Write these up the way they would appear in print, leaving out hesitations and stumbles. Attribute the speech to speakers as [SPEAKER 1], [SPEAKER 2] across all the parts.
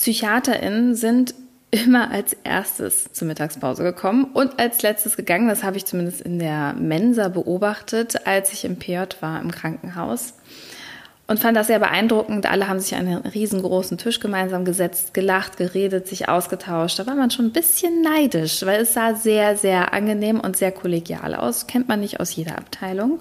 [SPEAKER 1] PsychiaterInnen sind immer als erstes zur Mittagspause gekommen und als letztes gegangen. Das habe ich zumindest in der Mensa beobachtet, als ich im PJ war im Krankenhaus. Und fand das sehr beeindruckend. Alle haben sich an einen riesengroßen Tisch gemeinsam gesetzt, gelacht, geredet, sich ausgetauscht. Da war man schon ein bisschen neidisch, weil es sah sehr, sehr angenehm und sehr kollegial aus. Kennt man nicht aus jeder Abteilung.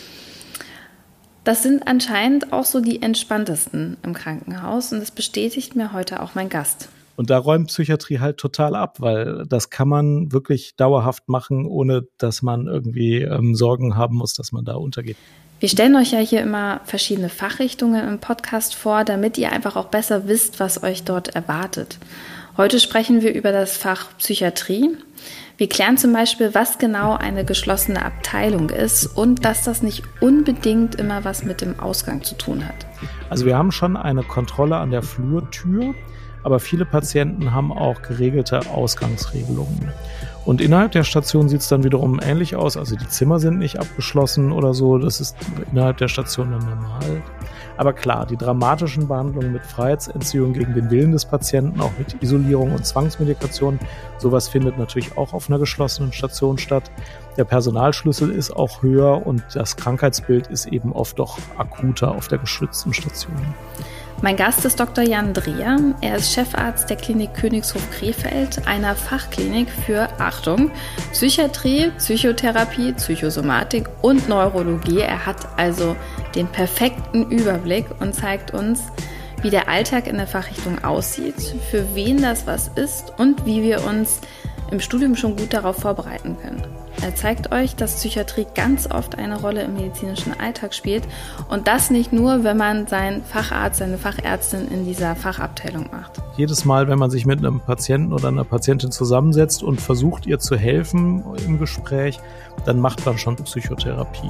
[SPEAKER 1] Das sind anscheinend auch so die entspanntesten im Krankenhaus. Und das bestätigt mir heute auch mein Gast.
[SPEAKER 2] Und da räumt Psychiatrie halt total ab, weil das kann man wirklich dauerhaft machen, ohne dass man irgendwie Sorgen haben muss, dass man da untergeht.
[SPEAKER 1] Wir stellen euch ja hier immer verschiedene Fachrichtungen im Podcast vor, damit ihr einfach auch besser wisst, was euch dort erwartet. Heute sprechen wir über das Fach Psychiatrie. Wir klären zum Beispiel, was genau eine geschlossene Abteilung ist und dass das nicht unbedingt immer was mit dem Ausgang zu tun hat.
[SPEAKER 2] Also wir haben schon eine Kontrolle an der Flurtür, aber viele Patienten haben auch geregelte Ausgangsregelungen. Und innerhalb der Station sieht es dann wiederum ähnlich aus. Also die Zimmer sind nicht abgeschlossen oder so. Das ist innerhalb der Station dann normal. Aber klar, die dramatischen Behandlungen mit Freiheitsentziehung gegen den Willen des Patienten, auch mit Isolierung und Zwangsmedikation, sowas findet natürlich auch auf einer geschlossenen Station statt. Der Personalschlüssel ist auch höher und das Krankheitsbild ist eben oft doch akuter auf der geschützten Station.
[SPEAKER 1] Mein Gast ist Dr. Jan Dreher. Er ist Chefarzt der Klinik Königshof Krefeld, einer Fachklinik für, Achtung, Psychiatrie, Psychotherapie, Psychosomatik und Neurologie. Er hat also den perfekten Überblick und zeigt uns, wie der Alltag in der Fachrichtung aussieht, für wen das was ist und wie wir uns im Studium schon gut darauf vorbereiten können. Er zeigt euch, dass Psychiatrie ganz oft eine Rolle im medizinischen Alltag spielt und das nicht nur, wenn man seinen Facharzt, seine Fachärztin in dieser Fachabteilung macht.
[SPEAKER 2] Jedes Mal, wenn man sich mit einem Patienten oder einer Patientin zusammensetzt und versucht, ihr zu helfen im Gespräch, dann macht man schon Psychotherapie.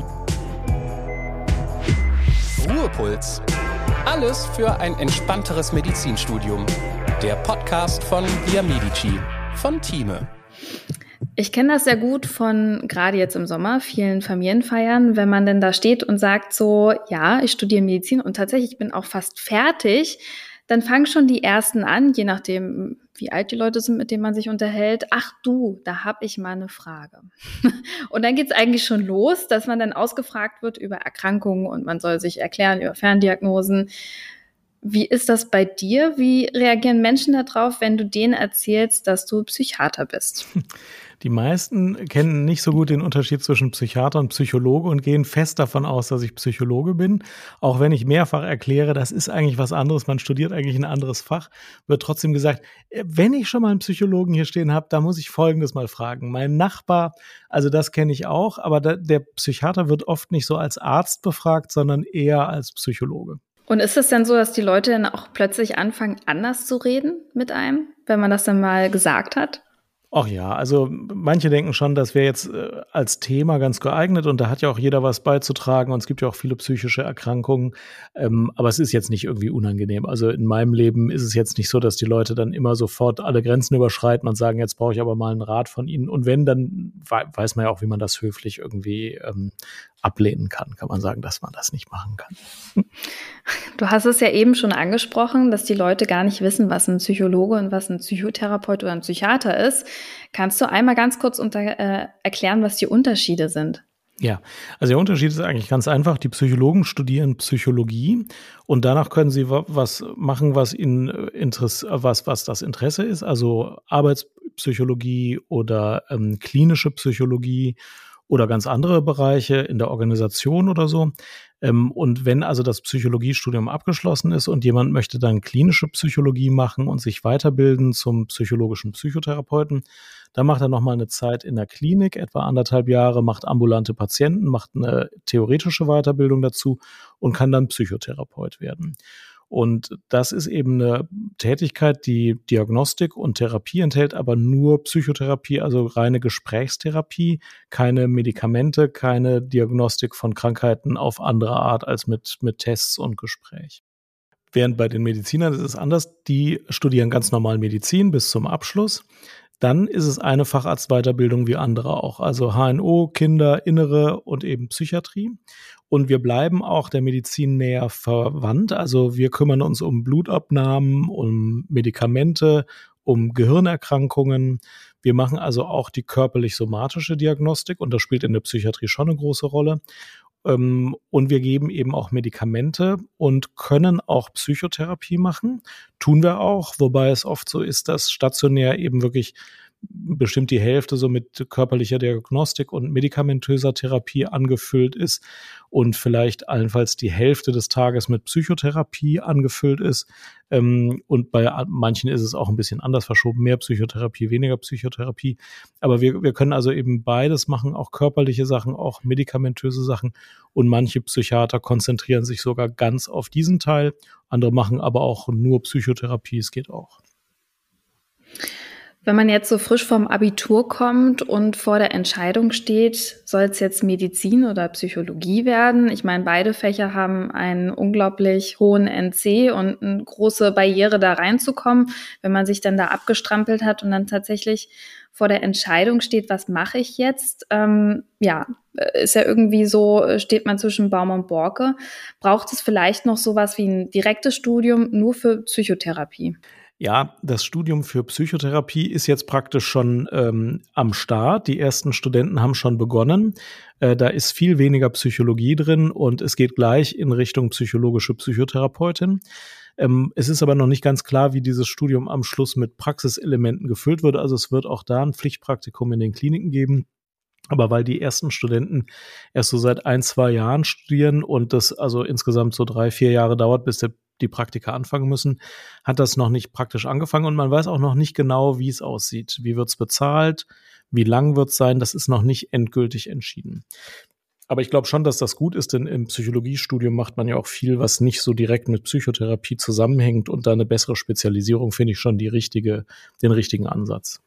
[SPEAKER 3] Ruhepuls. Alles für ein entspannteres Medizinstudium. Der Podcast von Via Medici von Thieme.
[SPEAKER 1] Ich kenne das sehr gut von, gerade jetzt im Sommer, vielen Familienfeiern, wenn man denn da steht und sagt so, ja, ich studiere Medizin und tatsächlich, ich bin auch fast fertig, dann fangen schon die Ersten an, je nachdem, wie alt die Leute sind, mit denen man sich unterhält. Ach du, da habe ich mal eine Frage. Und dann geht's eigentlich schon los, dass man dann ausgefragt wird über Erkrankungen und man soll sich erklären über Ferndiagnosen. Wie ist das bei dir? Wie reagieren Menschen darauf, wenn du denen erzählst, dass du Psychiater bist?
[SPEAKER 2] Die meisten kennen nicht so gut den Unterschied zwischen Psychiater und Psychologe und gehen fest davon aus, dass ich Psychologe bin. Auch wenn ich mehrfach erkläre, das ist eigentlich was anderes, man studiert eigentlich ein anderes Fach, wird trotzdem gesagt, wenn ich schon mal einen Psychologen hier stehen habe, da muss ich Folgendes mal fragen. Mein Nachbar, also das kenne ich auch, aber der Psychiater wird oft nicht so als Arzt befragt, sondern eher als Psychologe.
[SPEAKER 1] Und ist es denn so, dass die Leute dann auch plötzlich anfangen, anders zu reden mit einem, wenn man das dann mal gesagt hat?
[SPEAKER 2] Ach ja, also manche denken schon, das wäre jetzt als Thema ganz geeignet und da hat ja auch jeder was beizutragen und es gibt ja auch viele psychische Erkrankungen, aber es ist jetzt nicht irgendwie unangenehm. Also in meinem Leben ist es jetzt nicht so, dass die Leute dann immer sofort alle Grenzen überschreiten und sagen, jetzt brauche ich aber mal einen Rat von Ihnen. Und wenn, dann weiß man ja auch, wie man das höflich irgendwie ablehnen kann man sagen, dass man das nicht machen kann.
[SPEAKER 1] Du hast es ja eben schon angesprochen, dass die Leute gar nicht wissen, was ein Psychologe und was ein Psychotherapeut oder ein Psychiater ist. Kannst du einmal ganz kurz erklären, was die Unterschiede sind?
[SPEAKER 2] Ja, also der Unterschied ist eigentlich ganz einfach. Die Psychologen studieren Psychologie und danach können sie was machen, was ihnen was das Interesse ist, also Arbeitspsychologie oder klinische Psychologie oder ganz andere Bereiche in der Organisation oder so. Und wenn also das Psychologiestudium abgeschlossen ist und jemand möchte dann klinische Psychologie machen und sich weiterbilden zum psychologischen Psychotherapeuten, dann macht er nochmal eine Zeit in der Klinik, etwa 1,5 Jahre, macht ambulante Patienten, macht eine theoretische Weiterbildung dazu und kann dann Psychotherapeut werden. Und das ist eben eine Tätigkeit, die Diagnostik und Therapie enthält, aber nur Psychotherapie, also reine Gesprächstherapie, keine Medikamente, keine Diagnostik von Krankheiten auf andere Art als mit Tests und Gespräch. Während bei den Medizinern ist es anders, die studieren ganz normal Medizin bis zum Abschluss. dann ist es eine Facharztweiterbildung wie andere auch. Also HNO, Kinder, Innere und eben Psychiatrie. Und wir bleiben auch der Medizin näher verwandt. Also wir kümmern uns um Blutabnahmen, um Medikamente, um Gehirnerkrankungen. Wir machen also auch die körperlich-somatische Diagnostik und das spielt in der Psychiatrie schon eine große Rolle. Und wir geben eben auch Medikamente und können auch Psychotherapie machen. Tun wir auch, wobei es oft so ist, dass stationär eben wirklich bestimmt die Hälfte so mit körperlicher Diagnostik und medikamentöser Therapie angefüllt ist und vielleicht allenfalls die Hälfte des Tages mit Psychotherapie angefüllt ist. Und bei manchen ist es auch ein bisschen anders verschoben, mehr Psychotherapie, weniger Psychotherapie. Aber wir können also eben beides machen, auch körperliche Sachen, auch medikamentöse Sachen. Und manche Psychiater konzentrieren sich sogar ganz auf diesen Teil. Andere machen aber auch nur Psychotherapie, es geht auch.
[SPEAKER 1] Wenn man jetzt so frisch vom Abitur kommt und vor der Entscheidung steht, soll es jetzt Medizin oder Psychologie werden? Ich meine, beide Fächer haben einen unglaublich hohen NC und eine große Barriere, da reinzukommen. Wenn man sich dann da abgestrampelt hat und dann tatsächlich vor der Entscheidung steht, was mache ich jetzt? Ist ja irgendwie so, steht man zwischen Baum und Borke. Braucht es vielleicht noch sowas wie ein direktes Studium nur für Psychotherapie?
[SPEAKER 2] Ja, das Studium für Psychotherapie ist jetzt praktisch schon am Start. Die ersten Studenten haben schon begonnen. Da ist viel weniger Psychologie drin und es geht gleich in Richtung psychologische Psychotherapeutin. Es ist aber noch nicht ganz klar, wie dieses Studium am Schluss mit Praxiselementen gefüllt wird. Also es wird auch da ein Pflichtpraktikum in den Kliniken geben. Aber weil die ersten Studenten erst so seit 1-2 Jahren studieren und das also insgesamt so 3-4 Jahre dauert, bis die Praktika anfangen müssen, hat das noch nicht praktisch angefangen und man weiß auch noch nicht genau, wie es aussieht. Wie wird es bezahlt? Wie lang wird es sein? Das ist noch nicht endgültig entschieden. Aber ich glaube schon, dass das gut ist, denn im Psychologiestudium macht man ja auch viel, was nicht so direkt mit Psychotherapie zusammenhängt und da eine bessere Spezialisierung finde ich schon den richtigen Ansatz.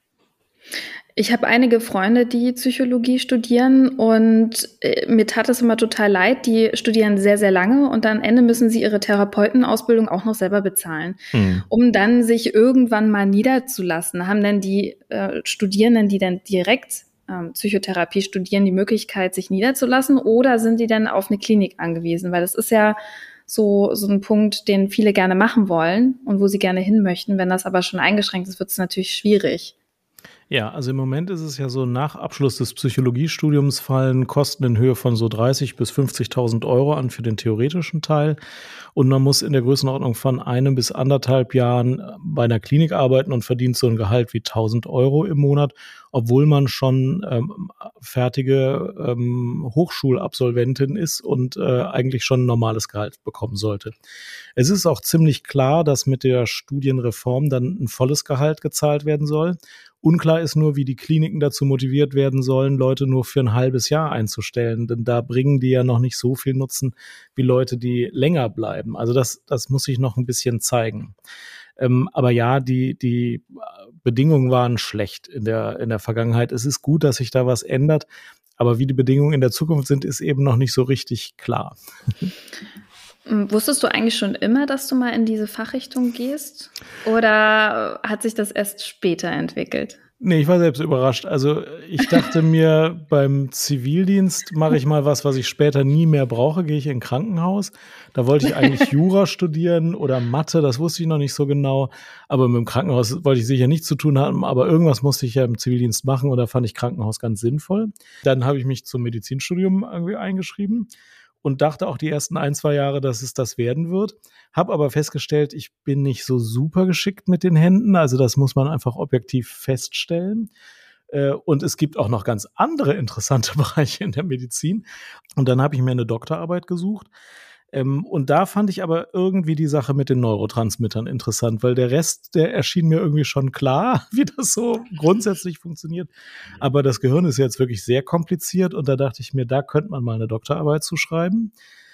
[SPEAKER 1] Ich habe einige Freunde, die Psychologie studieren und mir tat es immer total leid. Die studieren sehr, sehr lange und am Ende müssen sie ihre Therapeutenausbildung auch noch selber bezahlen, um dann sich irgendwann mal niederzulassen. Haben denn die Studierenden, die dann direkt Psychotherapie studieren, die Möglichkeit, sich niederzulassen oder sind die dann auf eine Klinik angewiesen? Weil das ist ja so ein Punkt, den viele gerne machen wollen und wo sie gerne hin möchten. Wenn das aber schon eingeschränkt ist, wird es natürlich schwierig.
[SPEAKER 2] Ja, also im Moment ist es ja so, nach Abschluss des Psychologiestudiums fallen Kosten in Höhe von so 30.000 bis 50.000 Euro an für den theoretischen Teil. Und man muss in der Größenordnung von 1 bis 1,5 Jahren bei einer Klinik arbeiten und verdient so ein Gehalt wie 1.000 Euro im Monat, obwohl man schon fertige Hochschulabsolventin ist und eigentlich schon ein normales Gehalt bekommen sollte. Es ist auch ziemlich klar, dass mit der Studienreform dann ein volles Gehalt gezahlt werden soll. Unklar ist nur, wie die Kliniken dazu motiviert werden sollen, Leute nur für ein halbes Jahr einzustellen, denn da bringen die ja noch nicht so viel Nutzen wie Leute, die länger bleiben. Also das muss sich noch ein bisschen zeigen. Aber ja, die Bedingungen waren schlecht in der Vergangenheit. Es ist gut, dass sich da was ändert, aber wie die Bedingungen in der Zukunft sind, ist eben noch nicht so richtig klar.
[SPEAKER 1] Wusstest du eigentlich schon immer, dass du mal in diese Fachrichtung gehst? Oder hat sich das erst später entwickelt?
[SPEAKER 2] Nee, ich war selbst überrascht. Also ich dachte mir, beim Zivildienst mache ich mal was ich später nie mehr brauche, gehe ich in ein Krankenhaus. Da wollte ich eigentlich Jura studieren oder Mathe, das wusste ich noch nicht so genau. Aber mit dem Krankenhaus wollte ich sicher nichts zu tun haben. Aber irgendwas musste ich ja im Zivildienst machen und da fand ich Krankenhaus ganz sinnvoll. Dann habe ich mich zum Medizinstudium irgendwie eingeschrieben und dachte auch die ersten 1-2 Jahre, dass es das werden wird. Habe aber festgestellt, ich bin nicht so super geschickt mit den Händen. Also das muss man einfach objektiv feststellen. Und es gibt auch noch ganz andere interessante Bereiche in der Medizin. Und dann habe ich mir eine Doktorarbeit gesucht. Und da fand ich aber irgendwie die Sache mit den Neurotransmittern interessant, weil der Rest, der erschien mir irgendwie schon klar, wie das so grundsätzlich funktioniert. Aber das Gehirn ist jetzt wirklich sehr kompliziert und da dachte ich mir, da könnte man mal eine Doktorarbeit zu schreiben.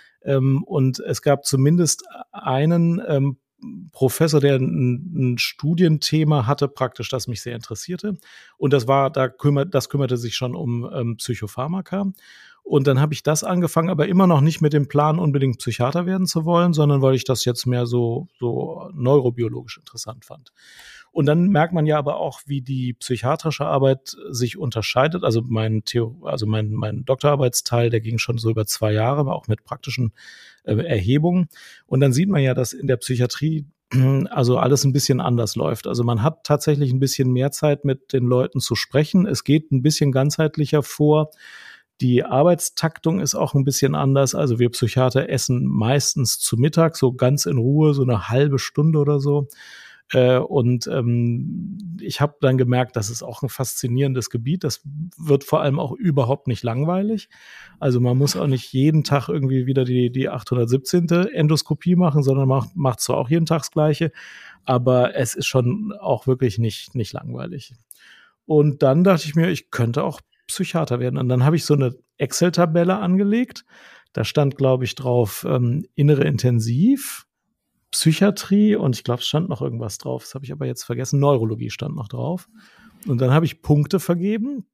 [SPEAKER 2] Und es gab zumindest einen Professor, der ein Studienthema hatte, praktisch, das mich sehr interessierte. Und das kümmerte sich schon um Psychopharmaka. Und dann habe ich das angefangen, aber immer noch nicht mit dem Plan, unbedingt Psychiater werden zu wollen, sondern weil ich das jetzt mehr so neurobiologisch interessant fand. Und dann merkt man ja aber auch, wie die psychiatrische Arbeit sich unterscheidet. Also mein Doktorarbeitsteil, der ging schon so über 2 Jahre, aber auch mit praktischen Erhebungen. Und dann sieht man ja, dass in der Psychiatrie also alles ein bisschen anders läuft. Also man hat tatsächlich ein bisschen mehr Zeit, mit den Leuten zu sprechen. Es geht ein bisschen ganzheitlicher vor. Die Arbeitstaktung ist auch ein bisschen anders. Also wir Psychiater essen meistens zu Mittag, so ganz in Ruhe, so eine halbe Stunde oder so. Und ich habe dann gemerkt, das ist auch ein faszinierendes Gebiet. Das wird vor allem auch überhaupt nicht langweilig. Also man muss auch nicht jeden Tag irgendwie wieder die 817. Endoskopie machen, sondern macht zwar auch jeden Tag das Gleiche, aber es ist schon auch wirklich nicht langweilig. Und dann dachte ich mir, ich könnte auch Psychiater werden. Und dann habe ich so eine Excel-Tabelle angelegt. Da stand, glaube ich, drauf innere Intensiv, Psychiatrie und ich glaube, es stand noch irgendwas drauf. Das habe ich aber jetzt vergessen. Neurologie stand noch drauf. Und dann habe ich Punkte vergeben.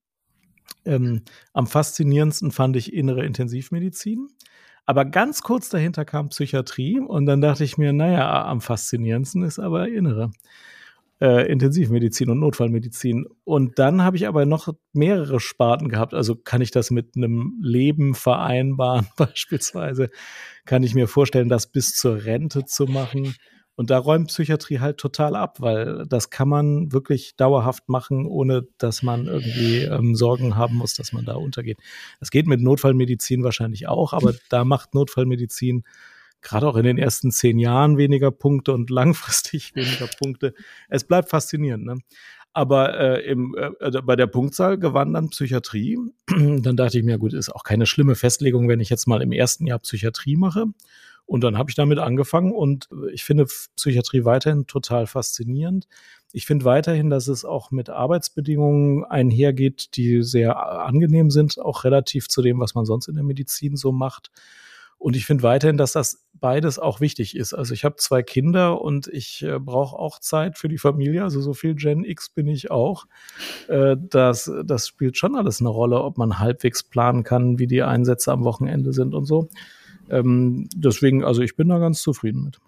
[SPEAKER 2] Am faszinierendsten fand ich innere Intensivmedizin. Aber ganz kurz dahinter kam Psychiatrie und dann dachte ich mir, naja, am faszinierendsten ist aber innere Intensivmedizin und Notfallmedizin. Und dann habe ich aber noch mehrere Sparten gehabt. Also kann ich das mit einem Leben vereinbaren beispielsweise? Kann ich mir vorstellen, das bis zur Rente zu machen? Und da räumt Psychiatrie halt total ab, weil das kann man wirklich dauerhaft machen, ohne dass man irgendwie Sorgen haben muss, dass man da untergeht. Das geht mit Notfallmedizin wahrscheinlich auch, aber da macht Notfallmedizin gerade auch in den ersten 10 Jahren weniger Punkte und langfristig weniger Punkte. Es bleibt faszinierend, ne? Aber bei der Punktzahl gewann dann Psychiatrie. Dann dachte ich mir, gut, ist auch keine schlimme Festlegung, wenn ich jetzt mal im ersten Jahr Psychiatrie mache. Und dann habe ich damit angefangen und ich finde Psychiatrie weiterhin total faszinierend. Ich finde weiterhin, dass es auch mit Arbeitsbedingungen einhergeht, die sehr angenehm sind, auch relativ zu dem, was man sonst in der Medizin so macht. Und ich finde weiterhin, dass das beides auch wichtig ist. Also ich habe 2 Kinder und ich brauche auch Zeit für die Familie. Also so viel Gen X bin ich auch. Das spielt schon alles eine Rolle, ob man halbwegs planen kann, wie die Einsätze am Wochenende sind und so. Deswegen, also ich bin da ganz zufrieden mit.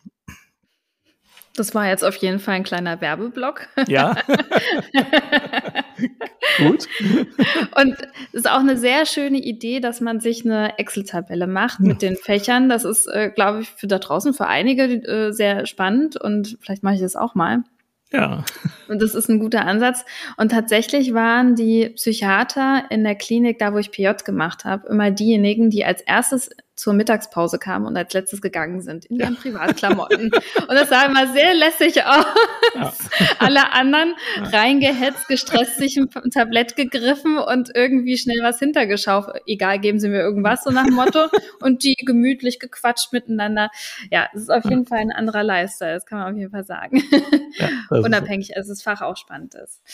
[SPEAKER 1] Das war jetzt auf jeden Fall ein kleiner Werbeblock.
[SPEAKER 2] Ja. Gut.
[SPEAKER 1] Und es ist auch eine sehr schöne Idee, dass man sich eine Excel-Tabelle macht mit den Fächern. Das ist, glaube ich, für da draußen für einige sehr spannend und vielleicht mache ich das auch mal.
[SPEAKER 2] Ja.
[SPEAKER 1] Und das ist ein guter Ansatz. Und tatsächlich waren die Psychiater in der Klinik, da wo ich PJ gemacht habe, immer diejenigen, die als erstes zur Mittagspause kamen und als letztes gegangen sind in ihren Privatklamotten. Und das sah immer sehr lässig aus. Ja. Alle anderen reingehetzt, gestresst, sich ein Tablett gegriffen und irgendwie schnell was hintergeschaut. Egal, geben Sie mir irgendwas, so nach dem Motto. Und die gemütlich gequatscht miteinander. Ja, es ist auf jeden Fall ein anderer Lifestyle, das kann man auf jeden Fall sagen. Ja, unabhängig, also das Fach auch spannend ist.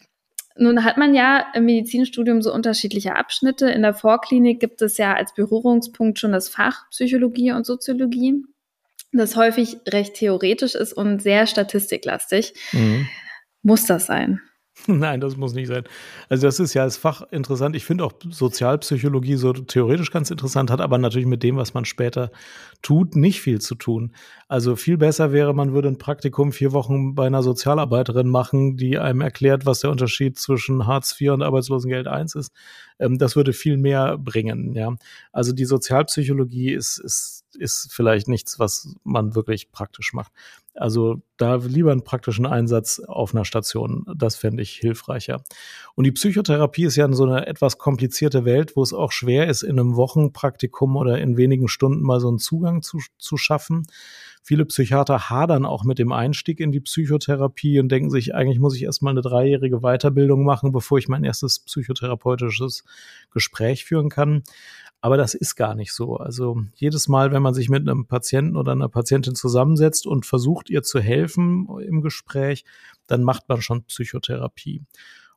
[SPEAKER 1] Nun hat man ja im Medizinstudium so unterschiedliche Abschnitte. In der Vorklinik gibt es ja als Berührungspunkt schon das Fach Psychologie und Soziologie, das häufig recht theoretisch ist und sehr statistiklastig. Mhm. Muss das sein?
[SPEAKER 2] Nein, das muss nicht sein. Also das ist ja als Fach interessant. Ich finde auch Sozialpsychologie so theoretisch ganz interessant, hat aber natürlich mit dem, was man später tut, nicht viel zu tun. Also viel besser wäre, man würde ein Praktikum 4 Wochen bei einer Sozialarbeiterin machen, die einem erklärt, was der Unterschied zwischen Hartz IV und Arbeitslosengeld I ist. Das würde viel mehr bringen, ja. Also die Sozialpsychologie ist vielleicht nichts, was man wirklich praktisch macht. Also da lieber einen praktischen Einsatz auf einer Station, das fände ich hilfreicher. Und die Psychotherapie ist ja so eine etwas komplizierte Welt, wo es auch schwer ist, in einem Wochenpraktikum oder in wenigen Stunden mal so einen Zugang zu schaffen. Viele Psychiater hadern auch mit dem Einstieg in die Psychotherapie und denken sich, eigentlich muss ich erstmal eine 3-jährige Weiterbildung machen, bevor ich mein erstes psychotherapeutisches Gespräch führen kann. Aber das ist gar nicht so. Also jedes Mal, wenn man sich mit einem Patienten oder einer Patientin zusammensetzt und versucht, ihr zu helfen im Gespräch, dann macht man schon Psychotherapie.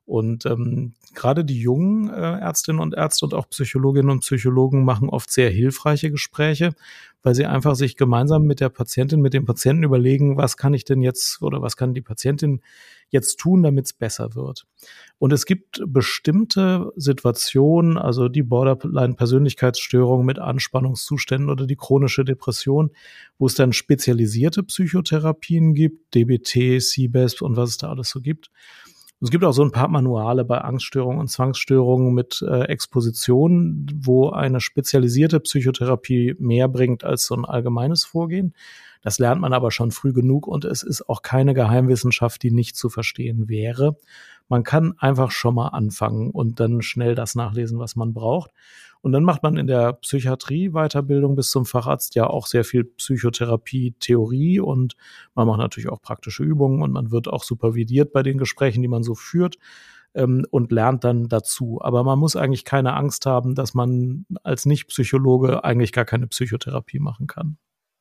[SPEAKER 2] Und gerade die jungen Ärztinnen und Ärzte und auch Psychologinnen und Psychologen machen oft sehr hilfreiche Gespräche, weil sie einfach sich gemeinsam mit der Patientin, mit dem Patienten überlegen, was kann ich denn jetzt oder was kann die Patientin jetzt tun, damit es besser wird. Und es gibt bestimmte Situationen, also die Borderline-Persönlichkeitsstörung mit Anspannungszuständen oder die chronische Depression, wo es dann spezialisierte Psychotherapien gibt, DBT, CBEST und was es da alles so gibt. Es gibt auch so ein paar Manuale bei Angststörungen und Zwangsstörungen mit Expositionen, wo eine spezialisierte Psychotherapie mehr bringt als so ein allgemeines Vorgehen. Das lernt man aber schon früh genug und es ist auch keine Geheimwissenschaft, die nicht zu verstehen wäre. Man kann einfach schon mal anfangen und dann schnell das nachlesen, was man braucht. Und dann macht man in der Psychiatrie Weiterbildung bis zum Facharzt ja auch sehr viel Psychotherapie-Theorie und man macht natürlich auch praktische Übungen und man wird auch supervidiert bei den Gesprächen, die man so führt und lernt dann dazu. Aber man muss eigentlich keine Angst haben, dass man als Nicht-Psychologe eigentlich gar keine Psychotherapie machen kann.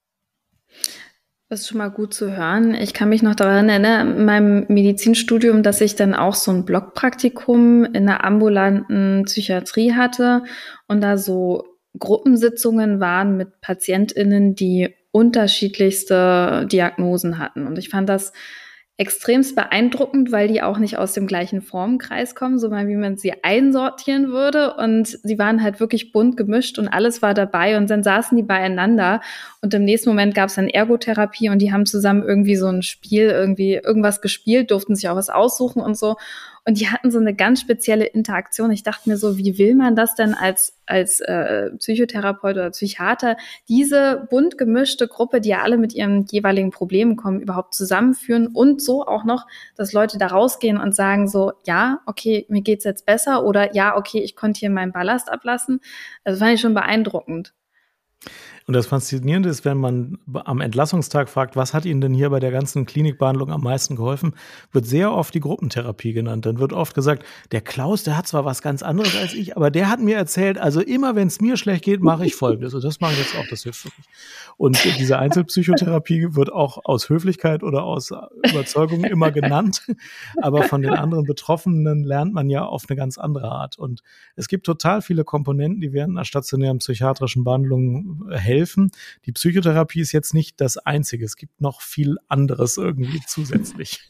[SPEAKER 1] Das ist schon mal gut zu hören. Ich kann mich noch daran erinnern, in meinem Medizinstudium, dass ich dann auch so ein Blockpraktikum in einer ambulanten Psychiatrie hatte und da so Gruppensitzungen waren mit PatientInnen, die unterschiedlichste Diagnosen hatten. Und ich fand das extremst beeindruckend, weil die auch nicht aus dem gleichen Formenkreis kommen, sondern wie man sie einsortieren würde. Und sie waren halt wirklich bunt gemischt und alles war dabei. Und dann saßen die beieinander und im nächsten Moment gab es dann Ergotherapie und die haben zusammen irgendwie so ein Spiel, irgendwas gespielt, durften sich auch was aussuchen und so. Und die hatten so eine ganz spezielle Interaktion. Ich dachte mir so, wie will man das denn als Psychotherapeut oder Psychiater, diese bunt gemischte Gruppe, die ja alle mit ihren jeweiligen Problemen kommen, überhaupt zusammenführen und so auch noch, dass Leute da rausgehen und sagen so, ja, okay, mir geht's jetzt besser oder ja, okay, ich konnte hier meinen Ballast ablassen. Also fand ich schon beeindruckend.
[SPEAKER 2] Und das Faszinierende ist, wenn man am Entlassungstag fragt, was hat Ihnen denn hier bei der ganzen Klinikbehandlung am meisten geholfen, wird sehr oft die Gruppentherapie genannt. Dann wird oft gesagt, der Klaus, der hat zwar was ganz anderes als ich, aber der hat mir erzählt, also immer wenn es mir schlecht geht, mache ich Folgendes. Und das mache ich jetzt auch, das hilft wirklich. Und diese Einzelpsychotherapie wird auch aus Höflichkeit oder aus Überzeugung immer genannt. Aber von den anderen Betroffenen lernt man ja auf eine ganz andere Art. Und es gibt total viele Komponenten, die während einer stationären psychiatrischen Behandlung helfen. Die Psychotherapie ist jetzt nicht das Einzige. Es gibt noch viel anderes irgendwie zusätzlich.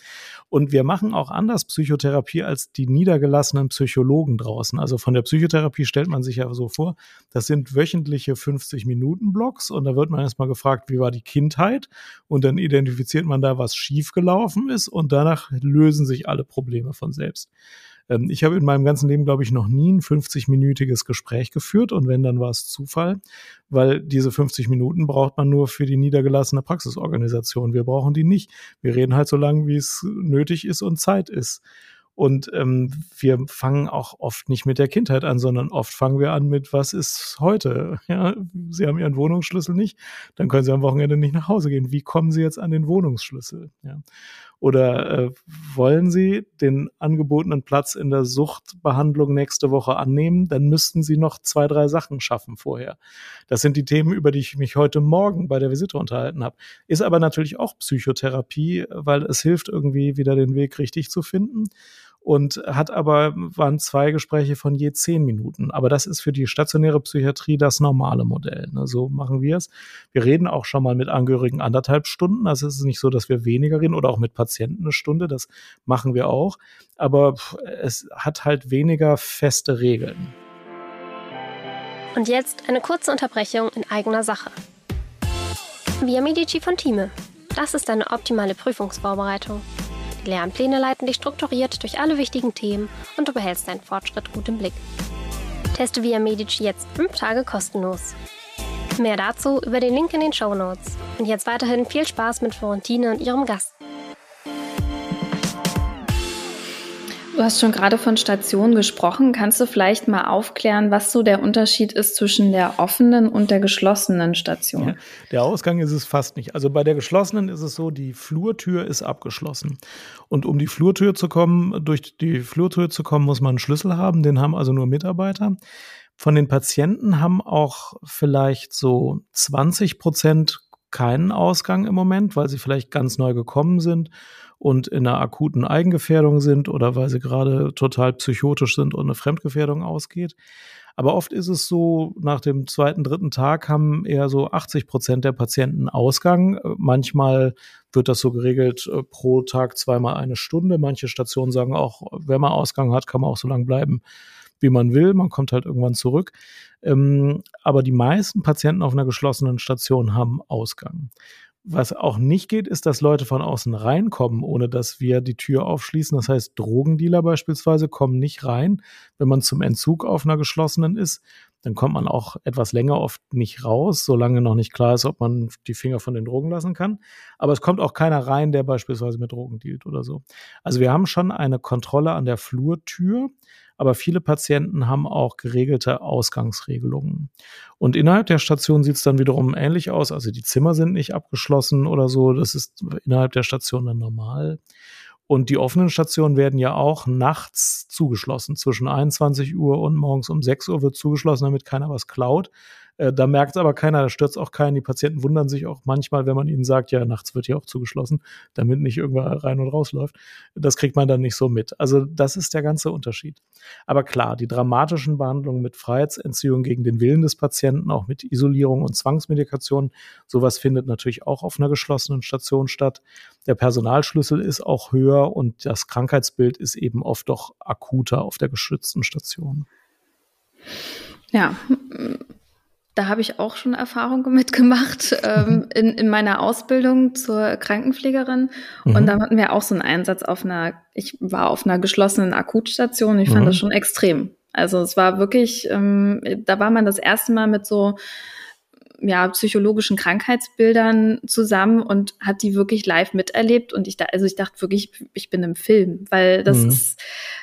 [SPEAKER 2] Und wir machen auch anders Psychotherapie als die niedergelassenen Psychologen draußen. Also von der Psychotherapie stellt man sich ja so vor, das sind wöchentliche 50-Minuten-Blocks und da wird man erstmal gefragt, wie war die Kindheit? Und dann identifiziert man da, was schiefgelaufen ist und danach lösen sich alle Probleme von selbst. Ich habe in meinem ganzen Leben, glaube ich, noch nie ein 50-minütiges Gespräch geführt und wenn, dann war es Zufall, weil diese 50 Minuten braucht man nur für die niedergelassene Praxisorganisation. Wir brauchen die nicht. Wir reden halt so lange, wie es nötig ist und Zeit ist. Und wir fangen auch oft nicht mit der Kindheit an, sondern oft fangen wir an mit, was ist heute? Ja, Sie haben Ihren Wohnungsschlüssel nicht, dann können Sie am Wochenende nicht nach Hause gehen. Wie kommen Sie jetzt an den Wohnungsschlüssel? Ja. Oder wollen Sie den angebotenen Platz in der Suchtbehandlung nächste Woche annehmen? Dann müssten Sie noch 2, 3 Sachen schaffen vorher. Das sind die Themen, über die ich mich heute Morgen bei der Visite unterhalten habe. Ist aber natürlich auch Psychotherapie, weil es hilft irgendwie wieder den Weg richtig zu finden. Und waren 2 Gespräche von je 10 Minuten. Aber das ist für die stationäre Psychiatrie das normale Modell. Ne? So machen wir es. Wir reden auch schon mal mit Angehörigen 1,5 Stunden. Also es ist nicht so, dass wir weniger reden oder auch mit Patienten 1 Stunde. Das machen wir auch. Aber es hat halt weniger feste Regeln.
[SPEAKER 4] Und jetzt eine kurze Unterbrechung in eigener Sache. Via Medici von Thieme. Das ist eine optimale Prüfungsvorbereitung. Die Lernpläne leiten dich strukturiert durch alle wichtigen Themen und du behältst deinen Fortschritt gut im Blick. Teste Via Medici jetzt 5 Tage kostenlos. Mehr dazu über den Link in den Shownotes. Und jetzt weiterhin viel Spaß mit Florentine und ihrem Gast.
[SPEAKER 1] Du hast schon gerade von Stationen gesprochen. Kannst du vielleicht mal aufklären, was so der Unterschied ist zwischen der offenen und der geschlossenen Station?
[SPEAKER 2] Ja, der Ausgang ist es fast nicht. Also bei der geschlossenen ist es so, die Flurtür ist abgeschlossen. Und um die Flurtür zu kommen, durch die Flurtür zu kommen, muss man einen Schlüssel haben. Den haben also nur Mitarbeiter. Von den Patienten haben auch vielleicht so 20% keinen Ausgang im Moment, weil sie vielleicht ganz neu gekommen sind und in einer akuten Eigengefährdung sind oder weil sie gerade total psychotisch sind und eine Fremdgefährdung ausgeht. Aber oft ist es so, nach dem 2., 3. Tag haben eher so 80% der Patienten Ausgang. Manchmal wird das so geregelt, pro Tag 2-mal 1 Stunde. Manche Stationen sagen auch, wenn man Ausgang hat, kann man auch so lange bleiben, wie man will. Man kommt halt irgendwann zurück. Aber die meisten Patienten auf einer geschlossenen Station haben Ausgang. Was auch nicht geht, ist, dass Leute von außen reinkommen, ohne dass wir die Tür aufschließen. Das heißt, Drogendealer beispielsweise kommen nicht rein. Wenn man zum Entzug auf einer geschlossenen ist, dann kommt man auch etwas länger oft nicht raus, solange noch nicht klar ist, ob man die Finger von den Drogen lassen kann. Aber es kommt auch keiner rein, der beispielsweise mit Drogen dealt oder so. Also wir haben schon eine Kontrolle an der Flurtür, aber viele Patienten haben auch geregelte Ausgangsregelungen. Und innerhalb der Station sieht es dann wiederum ähnlich aus. Also die Zimmer sind nicht abgeschlossen oder so. Das ist innerhalb der Station dann normal. Und die offenen Stationen werden ja auch nachts zugeschlossen. Zwischen 21 Uhr und morgens um 6 Uhr wird zugeschlossen, damit keiner was klaut. Da merkt es aber keiner, da stört es auch keinen. Die Patienten wundern sich auch manchmal, wenn man ihnen sagt, ja, nachts wird hier auch zugeschlossen, damit nicht irgendwer rein und rausläuft. Das kriegt man dann nicht so mit. Also das ist der ganze Unterschied. Aber klar, die dramatischen Behandlungen mit Freiheitsentziehung gegen den Willen des Patienten, auch mit Isolierung und Zwangsmedikation, sowas findet natürlich auch auf einer geschlossenen Station statt. Der Personalschlüssel ist auch höher und das Krankheitsbild ist eben oft doch akuter auf der geschützten Station.
[SPEAKER 1] Ja, da habe ich auch schon Erfahrungen mitgemacht in meiner Ausbildung zur Krankenpflegerin. Und da hatten wir auch so einen Einsatz ich war auf einer geschlossenen Akutstation. Ich fand das schon extrem. Also es war wirklich, da war man das erste Mal mit so psychologischen Krankheitsbildern zusammen und hat die wirklich live miterlebt. Und ich dachte wirklich, ich bin im Film, weil das ist,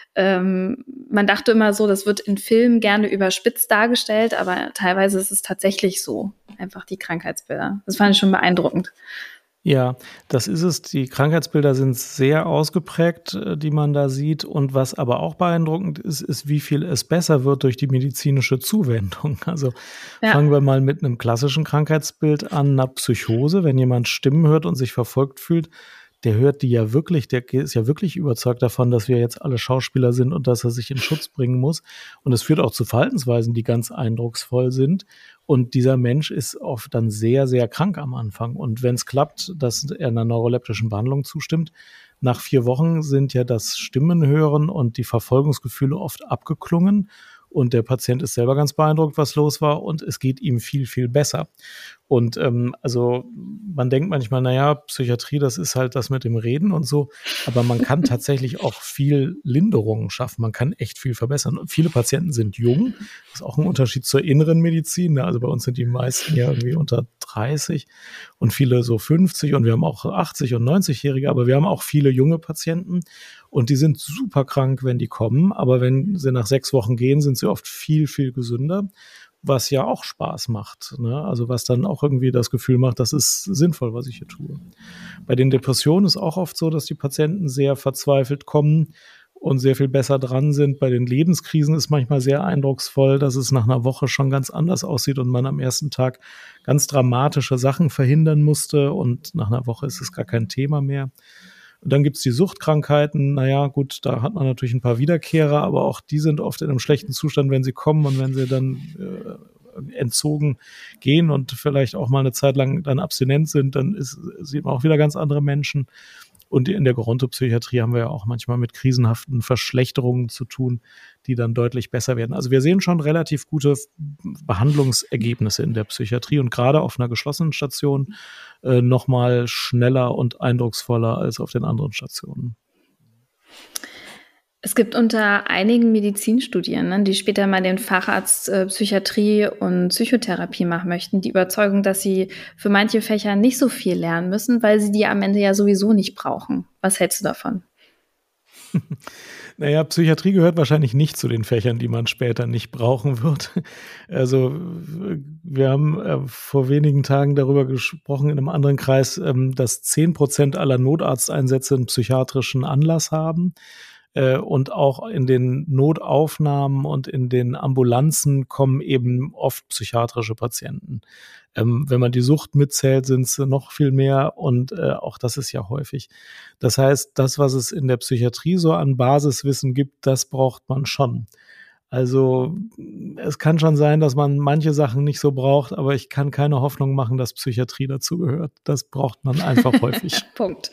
[SPEAKER 1] man dachte immer so, das wird in Filmen gerne überspitzt dargestellt, aber teilweise ist es tatsächlich so, einfach die Krankheitsbilder. Das fand ich schon beeindruckend.
[SPEAKER 2] Ja, das ist es. Die Krankheitsbilder sind sehr ausgeprägt, die man da sieht. Und was aber auch beeindruckend ist, wie viel es besser wird durch die medizinische Zuwendung. Also fangen wir mal mit einem klassischen Krankheitsbild an, einer Psychose. Wenn jemand Stimmen hört und sich verfolgt fühlt, der hört die ja wirklich, der ist ja wirklich überzeugt davon, dass wir jetzt alle Schauspieler sind und dass er sich in Schutz bringen muss. Und es führt auch zu Verhaltensweisen, die ganz eindrucksvoll sind. Und dieser Mensch ist oft dann sehr, sehr krank am Anfang. Und wenn es klappt, dass er einer neuroleptischen Behandlung zustimmt, nach 4 Wochen sind ja das Stimmenhören und die Verfolgungsgefühle oft abgeklungen. Und der Patient ist selber ganz beeindruckt, was los war. Und es geht ihm viel, viel besser. Und also man denkt manchmal, naja, Psychiatrie, das ist halt das mit dem Reden und so. Aber man kann tatsächlich auch viel Linderungen schaffen. Man kann echt viel verbessern. Und viele Patienten sind jung. Das ist auch ein Unterschied zur inneren Medizin. Also bei uns sind die meisten ja irgendwie unter 30 und viele so 50. Und wir haben auch 80- und 90-Jährige. Aber wir haben auch viele junge Patienten. Und die sind super krank, wenn die kommen. Aber wenn sie nach 6 Wochen gehen, sind sie oft viel, viel gesünder. Was ja auch Spaß macht, ne? Also was dann auch irgendwie das Gefühl macht, das ist sinnvoll, was ich hier tue. Bei den Depressionen ist auch oft so, dass die Patienten sehr verzweifelt kommen und sehr viel besser dran sind. Bei den Lebenskrisen ist manchmal sehr eindrucksvoll, dass es nach einer Woche schon ganz anders aussieht und man am ersten Tag ganz dramatische Sachen verhindern musste und nach einer Woche ist es gar kein Thema mehr. Und dann gibt's die Suchtkrankheiten. Naja, gut, da hat man natürlich ein paar Wiederkehrer, aber auch die sind oft in einem schlechten Zustand, wenn sie kommen und wenn sie dann entzogen gehen und vielleicht auch mal eine Zeit lang dann abstinent sind, dann sieht man auch wieder ganz andere Menschen. Und in der Gerontopsychiatrie haben wir ja auch manchmal mit krisenhaften Verschlechterungen zu tun, die dann deutlich besser werden. Also wir sehen schon relativ gute Behandlungsergebnisse in der Psychiatrie und gerade auf einer geschlossenen Station noch mal schneller und eindrucksvoller als auf den anderen Stationen.
[SPEAKER 1] Es gibt unter einigen Medizinstudierenden, die später mal den Facharzt Psychiatrie und Psychotherapie machen möchten, die Überzeugung, dass sie für manche Fächer nicht so viel lernen müssen, weil sie die am Ende ja sowieso nicht brauchen. Was hältst du davon?
[SPEAKER 2] Naja, Psychiatrie gehört wahrscheinlich nicht zu den Fächern, die man später nicht brauchen wird. Also wir haben vor wenigen Tagen darüber gesprochen in einem anderen Kreis, dass 10% aller Notarzteinsätze einen psychiatrischen Anlass haben. Und auch in den Notaufnahmen und in den Ambulanzen kommen eben oft psychiatrische Patienten. Wenn man die Sucht mitzählt, sind es noch viel mehr und auch das ist ja häufig. Das heißt, das, was es in der Psychiatrie so an Basiswissen gibt, das braucht man schon. Also es kann schon sein, dass man manche Sachen nicht so braucht, aber ich kann keine Hoffnung machen, dass Psychiatrie dazu gehört. Das braucht man einfach häufig.
[SPEAKER 1] Punkt.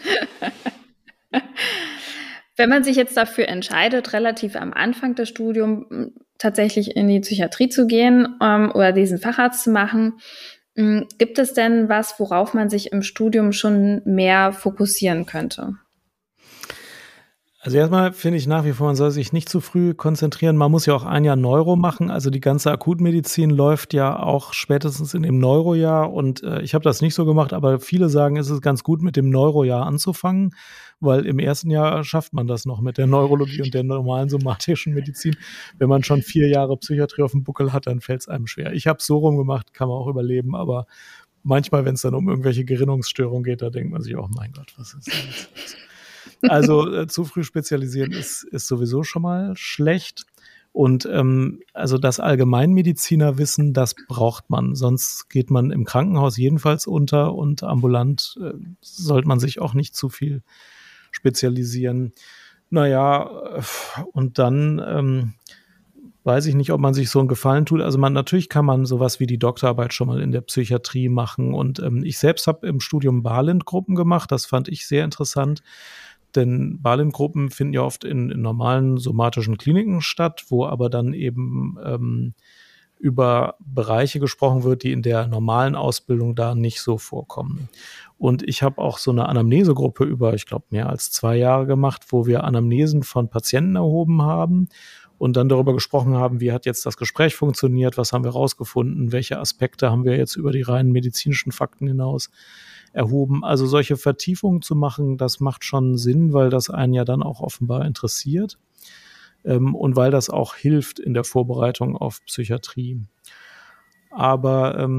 [SPEAKER 1] Wenn man sich jetzt dafür entscheidet, relativ am Anfang des Studiums tatsächlich in die Psychiatrie zu gehen oder diesen Facharzt zu machen, gibt es denn was, worauf man sich im Studium schon mehr fokussieren könnte?
[SPEAKER 2] Also erstmal finde ich nach wie vor, man soll sich nicht zu früh konzentrieren. Man muss ja auch ein Jahr Neuro machen. Also die ganze Akutmedizin läuft ja auch spätestens in dem Neurojahr. Und ich habe das nicht so gemacht, aber viele sagen, es ist ganz gut, mit dem Neurojahr anzufangen, weil im ersten Jahr schafft man das noch mit der Neurologie und der normalen somatischen Medizin. Wenn man schon 4 Jahre Psychiatrie auf dem Buckel hat, dann fällt es einem schwer. Ich habe es so rum gemacht, kann man auch überleben, aber manchmal, wenn es dann um irgendwelche Gerinnungsstörungen geht, da denkt man sich auch, mein Gott, was ist das? Also zu früh spezialisieren ist sowieso schon mal schlecht. Und also das Allgemeinmedizinerwissen, das braucht man. Sonst geht man im Krankenhaus jedenfalls unter und ambulant sollte man sich auch nicht zu viel spezialisieren. Naja, und dann weiß ich nicht, ob man sich so einen Gefallen tut. Also natürlich kann man sowas wie die Doktorarbeit schon mal in der Psychiatrie machen. Und ich selbst habe im Studium Balint-Gruppen gemacht. Das fand ich sehr interessant. Denn Balint-Gruppen finden ja oft in normalen somatischen Kliniken statt, wo aber dann eben über Bereiche gesprochen wird, die in der normalen Ausbildung da nicht so vorkommen. Und ich habe auch so eine Anamnesegruppe über, ich glaube, mehr als 2 Jahre gemacht, wo wir Anamnesen von Patienten erhoben haben und dann darüber gesprochen haben, wie hat jetzt das Gespräch funktioniert, was haben wir rausgefunden, welche Aspekte haben wir jetzt über die reinen medizinischen Fakten hinaus erhoben. Also solche Vertiefungen zu machen, das macht schon Sinn, weil das einen ja dann auch offenbar interessiert und weil das auch hilft in der Vorbereitung auf Psychiatrie. Aber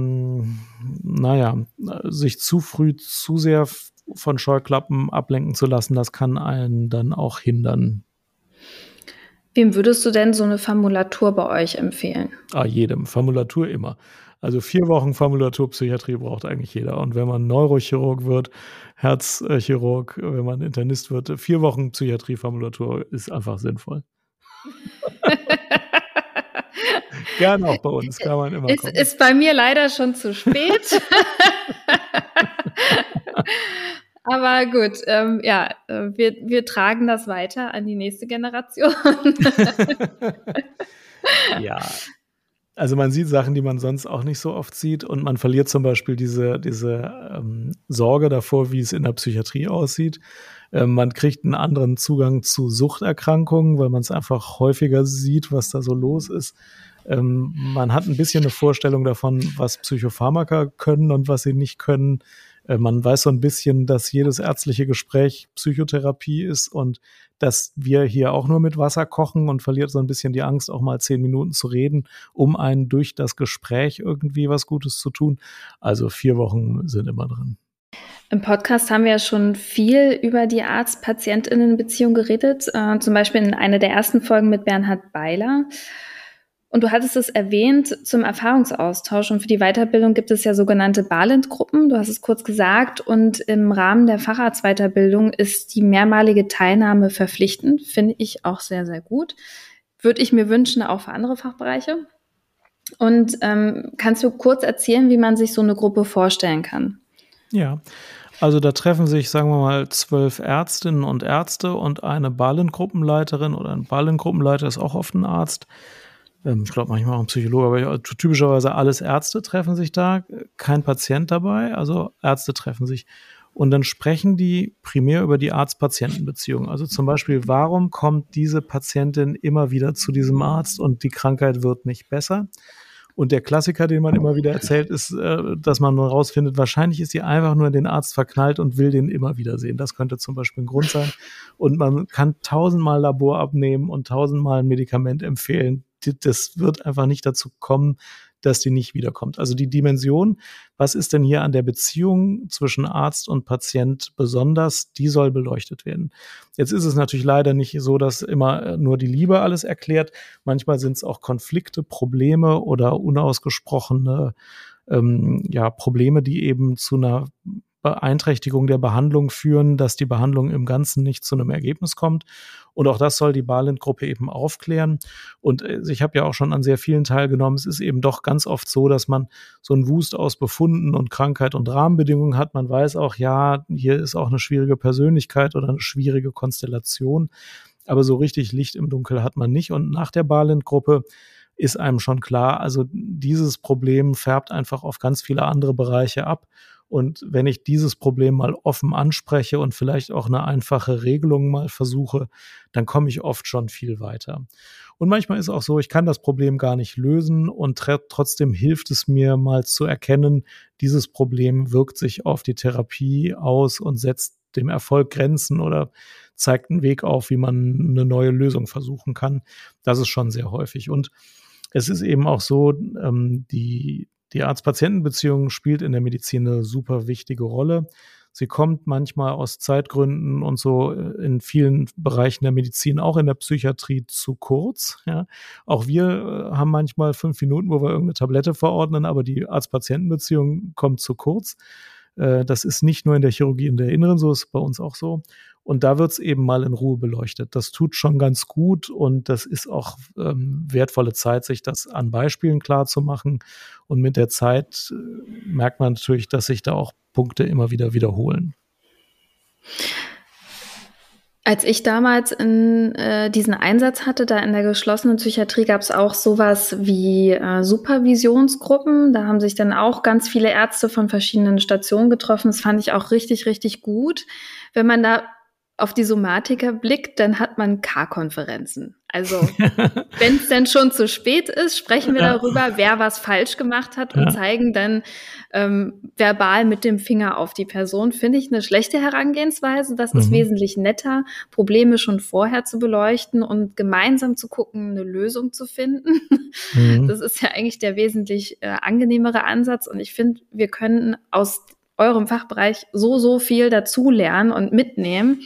[SPEAKER 2] sich zu früh zu sehr von Scheuklappen ablenken zu lassen, das kann einen dann auch hindern.
[SPEAKER 1] Wem würdest du denn so eine Formulatur bei euch empfehlen?
[SPEAKER 2] Jedem. Formulatur immer. Also 4 Wochen Formulaturpsychiatrie braucht eigentlich jeder. Und wenn man Neurochirurg wird, Herzchirurg, wenn man Internist wird, 4 Wochen Psychiatrie-Formulatur ist einfach sinnvoll. Gerne auch bei uns, kann man immer kommen.
[SPEAKER 1] Ist bei mir leider schon zu spät. Aber gut, wir tragen das weiter an die nächste Generation.
[SPEAKER 2] Ja, also man sieht Sachen, die man sonst auch nicht so oft sieht und man verliert zum Beispiel diese Sorge davor, wie es in der Psychiatrie aussieht. Man kriegt einen anderen Zugang zu Suchterkrankungen, weil man es einfach häufiger sieht, was da so los ist. Man hat ein bisschen eine Vorstellung davon, was Psychopharmaka können und was sie nicht können. Man weiß so ein bisschen, dass jedes ärztliche Gespräch Psychotherapie ist und dass wir hier auch nur mit Wasser kochen und verliert so ein bisschen die Angst, auch mal 10 Minuten zu reden, um einen durch das Gespräch irgendwie was Gutes zu tun. Also 4 Wochen sind immer drin.
[SPEAKER 1] Im Podcast haben wir ja schon viel über die Arzt-PatientInnen-Beziehung geredet, zum Beispiel in einer der ersten Folgen mit Bernhard Beiler. Und du hattest es erwähnt, zum Erfahrungsaustausch und für die Weiterbildung gibt es ja sogenannte Balint-Gruppen, du hast es kurz gesagt, und im Rahmen der Facharztweiterbildung ist die mehrmalige Teilnahme verpflichtend, finde ich auch sehr, sehr gut. Würde ich mir wünschen, auch für andere Fachbereiche. Und kannst du kurz erzählen, wie man sich so eine Gruppe vorstellen kann?
[SPEAKER 2] Ja, also da treffen sich, sagen wir mal, 12 Ärztinnen und Ärzte und eine Balint-Gruppenleiterin oder ein Balint-Gruppenleiter ist auch oft ein Arzt. Ich glaube manchmal auch ein Psychologe, aber typischerweise alles Ärzte treffen sich da, kein Patient dabei, also Ärzte treffen sich. Und dann sprechen die primär über die Arzt-Patienten-Beziehung. Also zum Beispiel, warum kommt diese Patientin immer wieder zu diesem Arzt und die Krankheit wird nicht besser? Und der Klassiker, den man immer wieder erzählt, ist, dass man nur rausfindet, wahrscheinlich ist sie einfach nur in den Arzt verknallt und will den immer wieder sehen. Das könnte zum Beispiel ein Grund sein. Und man kann 1000-mal Labor abnehmen und 1000-mal ein Medikament empfehlen. Das wird einfach nicht dazu kommen, dass die nicht wiederkommt. Also die Dimension, was ist denn hier an der Beziehung zwischen Arzt und Patient besonders, die soll beleuchtet werden. Jetzt ist es natürlich leider nicht so, dass immer nur die Liebe alles erklärt. Manchmal sind es auch Konflikte, Probleme oder unausgesprochene Probleme, die eben zu einer Beeinträchtigung der Behandlung führen, dass die Behandlung im Ganzen nicht zu einem Ergebnis kommt. Und auch das soll die Balint-Gruppe eben aufklären. Und ich habe ja auch schon an sehr vielen teilgenommen. Es ist eben doch ganz oft so, dass man so einen Wust aus Befunden und Krankheit und Rahmenbedingungen hat. Man weiß auch, ja, hier ist auch eine schwierige Persönlichkeit oder eine schwierige Konstellation. Aber so richtig Licht im Dunkel hat man nicht. Und nach der Balint-Gruppe ist einem schon klar, also dieses Problem färbt einfach auf ganz viele andere Bereiche ab. Und wenn ich dieses Problem mal offen anspreche und vielleicht auch eine einfache Regelung mal versuche, dann komme ich oft schon viel weiter. Und manchmal ist auch so, ich kann das Problem gar nicht lösen und trotzdem hilft es mir mal zu erkennen, dieses Problem wirkt sich auf die Therapie aus und setzt dem Erfolg Grenzen oder zeigt einen Weg auf, wie man eine neue Lösung versuchen kann. Das ist schon sehr häufig. Und es ist eben auch so, die Arzt-Patienten-Beziehung spielt in der Medizin eine super wichtige Rolle. Sie kommt manchmal aus Zeitgründen und so in vielen Bereichen der Medizin, auch in der Psychiatrie, zu kurz. Ja. Auch wir haben manchmal 5 Minuten, wo wir irgendeine Tablette verordnen, aber die Arzt-Patienten-Beziehung kommt zu kurz. Das ist nicht nur in der Chirurgie in der Inneren so, ist bei uns auch so. Und da wird es eben mal in Ruhe beleuchtet. Das tut schon ganz gut und das ist auch wertvolle Zeit, sich das an Beispielen klar zu machen. Und mit der Zeit merkt man natürlich, dass sich da auch Punkte immer wieder wiederholen.
[SPEAKER 1] Als ich damals in diesen Einsatz hatte, da in der geschlossenen Psychiatrie, gab es auch sowas wie Supervisionsgruppen. Da haben sich dann auch ganz viele Ärzte von verschiedenen Stationen getroffen. Das fand ich auch richtig, richtig gut. Wenn man da auf die Somatiker blickt, dann hat man K-Konferenzen. Also wenn es dann schon zu spät ist, sprechen wir darüber, wer was falsch gemacht hat und zeigen dann verbal mit dem Finger auf die Person. Finde ich eine schlechte Herangehensweise. Das ist wesentlich netter, Probleme schon vorher zu beleuchten und gemeinsam zu gucken, eine Lösung zu finden. Das ist ja eigentlich der wesentlich angenehmere Ansatz. Und ich finde, wir können aus eurem Fachbereich so viel dazu lernen und mitnehmen.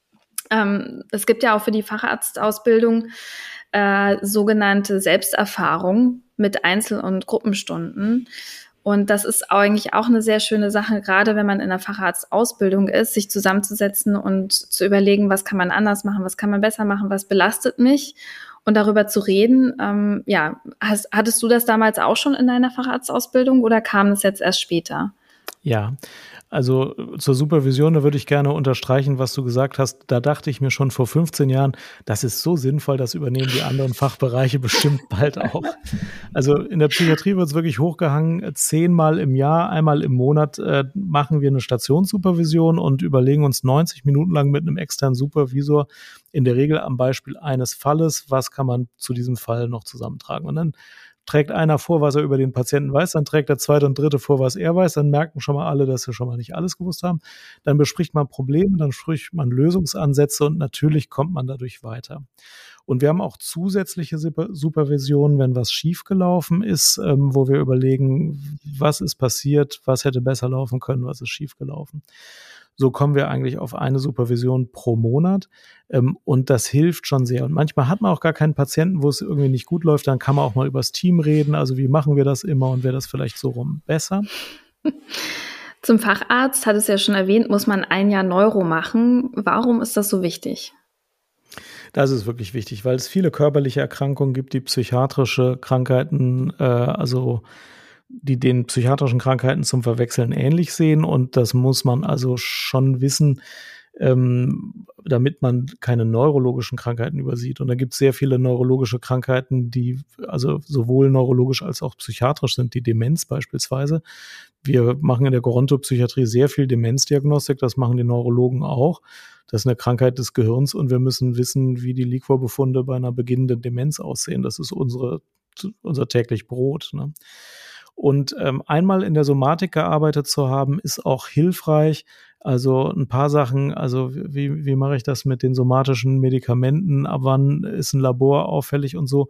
[SPEAKER 1] Es gibt ja auch für die Facharztausbildung sogenannte Selbsterfahrung mit Einzel- und Gruppenstunden. Und das ist eigentlich auch eine sehr schöne Sache, gerade wenn man in der Facharztausbildung ist, sich zusammenzusetzen und zu überlegen, was kann man anders machen, was kann man besser machen, was belastet mich und darüber zu reden. Hattest du das damals auch schon in deiner Facharztausbildung oder kam das jetzt erst später?
[SPEAKER 2] Ja, also zur Supervision, da würde ich gerne unterstreichen, was du gesagt hast. Da dachte ich mir schon vor 15 Jahren, das ist so sinnvoll, das übernehmen die anderen Fachbereiche bestimmt bald auch. Also in der Psychiatrie wird es wirklich hochgehangen, 10-mal im Jahr, einmal im Monat machen wir eine Stationssupervision und überlegen uns 90 Minuten lang mit einem externen Supervisor, in der Regel am Beispiel eines Falles, was kann man zu diesem Fall noch zusammentragen. Und dann trägt einer vor, was er über den Patienten weiß, dann trägt der zweite und dritte vor, was er weiß, dann merken schon mal alle, dass wir schon mal nicht alles gewusst haben. Dann bespricht man Probleme, dann spricht man Lösungsansätze und natürlich kommt man dadurch weiter. Und wir haben auch zusätzliche Supervisionen, wenn was schiefgelaufen ist, wo wir überlegen, was ist passiert, was hätte besser laufen können, was ist schiefgelaufen. So kommen wir eigentlich auf eine Supervision pro Monat und das hilft schon sehr. Und manchmal hat man auch gar keinen Patienten, wo es irgendwie nicht gut läuft, dann kann man auch mal über das Team reden, also wie machen wir das immer und wäre das vielleicht so rum besser.
[SPEAKER 1] Zum Facharzt, hat es ja schon erwähnt, muss man 1 Jahr Neuro machen. Warum ist das so wichtig?
[SPEAKER 2] Das ist wirklich wichtig, weil es viele körperliche Erkrankungen gibt, die psychiatrische Krankheiten, die den psychiatrischen Krankheiten zum Verwechseln ähnlich sehen. Und das muss man also schon wissen, damit man keine neurologischen Krankheiten übersieht. Und da gibt es sehr viele neurologische Krankheiten, die also sowohl neurologisch als auch psychiatrisch sind, die Demenz beispielsweise. Wir machen in der Gerontopsychiatrie sehr viel Demenzdiagnostik, das machen die Neurologen auch. Das ist eine Krankheit des Gehirns und wir müssen wissen, wie die Liquorbefunde bei einer beginnenden Demenz aussehen. Das ist unser täglich Brot, ne? Und einmal in der Somatik gearbeitet zu haben, ist auch hilfreich. Also ein paar Sachen, also wie mache ich das mit den somatischen Medikamenten, ab wann ist ein Labor auffällig und so.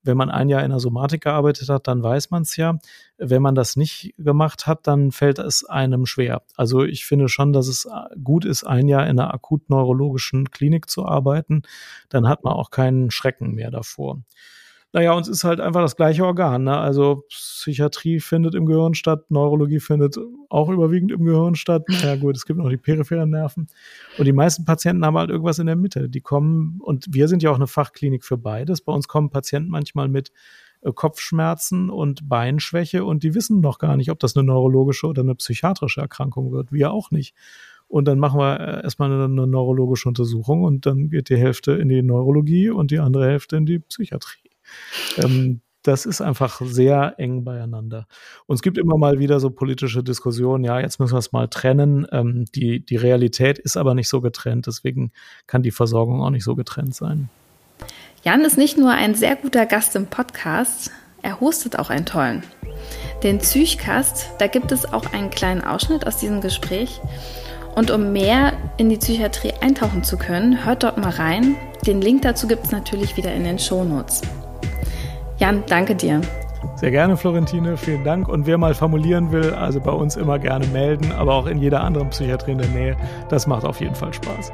[SPEAKER 2] Wenn man ein Jahr in der Somatik gearbeitet hat, dann weiß man es ja. Wenn man das nicht gemacht hat, dann fällt es einem schwer. Also ich finde schon, dass es gut ist, ein Jahr in einer akut neurologischen Klinik zu arbeiten. Dann hat man auch keinen Schrecken mehr davor. Naja, uns ist halt einfach das gleiche Organ, ne? Also Psychiatrie findet im Gehirn statt, Neurologie findet auch überwiegend im Gehirn statt. Naja gut, es gibt noch die peripheren Nerven. Und die meisten Patienten haben halt irgendwas in der Mitte. Die kommen, und wir sind ja auch eine Fachklinik für beides. Bei uns kommen Patienten manchmal mit Kopfschmerzen und Beinschwäche und die wissen noch gar nicht, ob das eine neurologische oder eine psychiatrische Erkrankung wird. Wir auch nicht. Und dann machen wir erstmal eine neurologische Untersuchung und dann geht die Hälfte in die Neurologie und die andere Hälfte in die Psychiatrie. Das ist einfach sehr eng beieinander. Und es gibt immer mal wieder so politische Diskussionen, ja, jetzt müssen wir es mal trennen. Die Realität ist aber nicht so getrennt, deswegen kann die Versorgung auch nicht so getrennt sein.
[SPEAKER 1] Jan ist nicht nur ein sehr guter Gast im Podcast, er hostet auch einen tollen. Den Psychcast, da gibt es auch einen kleinen Ausschnitt aus diesem Gespräch. Und um mehr in die Psychiatrie eintauchen zu können, hört dort mal rein. Den Link dazu gibt es natürlich wieder in den Shownotes. Jan, danke dir.
[SPEAKER 2] Sehr gerne, Florentine, vielen Dank. Und wer mal formulieren will, also bei uns immer gerne melden, aber auch in jeder anderen Psychiatrie in der Nähe. Das macht auf jeden Fall Spaß.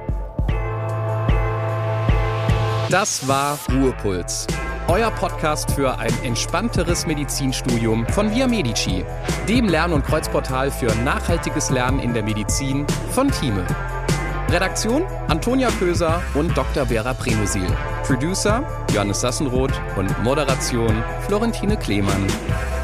[SPEAKER 3] Das war Ruhepuls, euer Podcast für ein entspannteres Medizinstudium von Via Medici, dem Lern- und Kreuzportal für nachhaltiges Lernen in der Medizin von Thieme. Redaktion Antonia Köser und Dr. Vera Premusil. Producer Johannes Sassenroth und Moderation Florentine Klemann.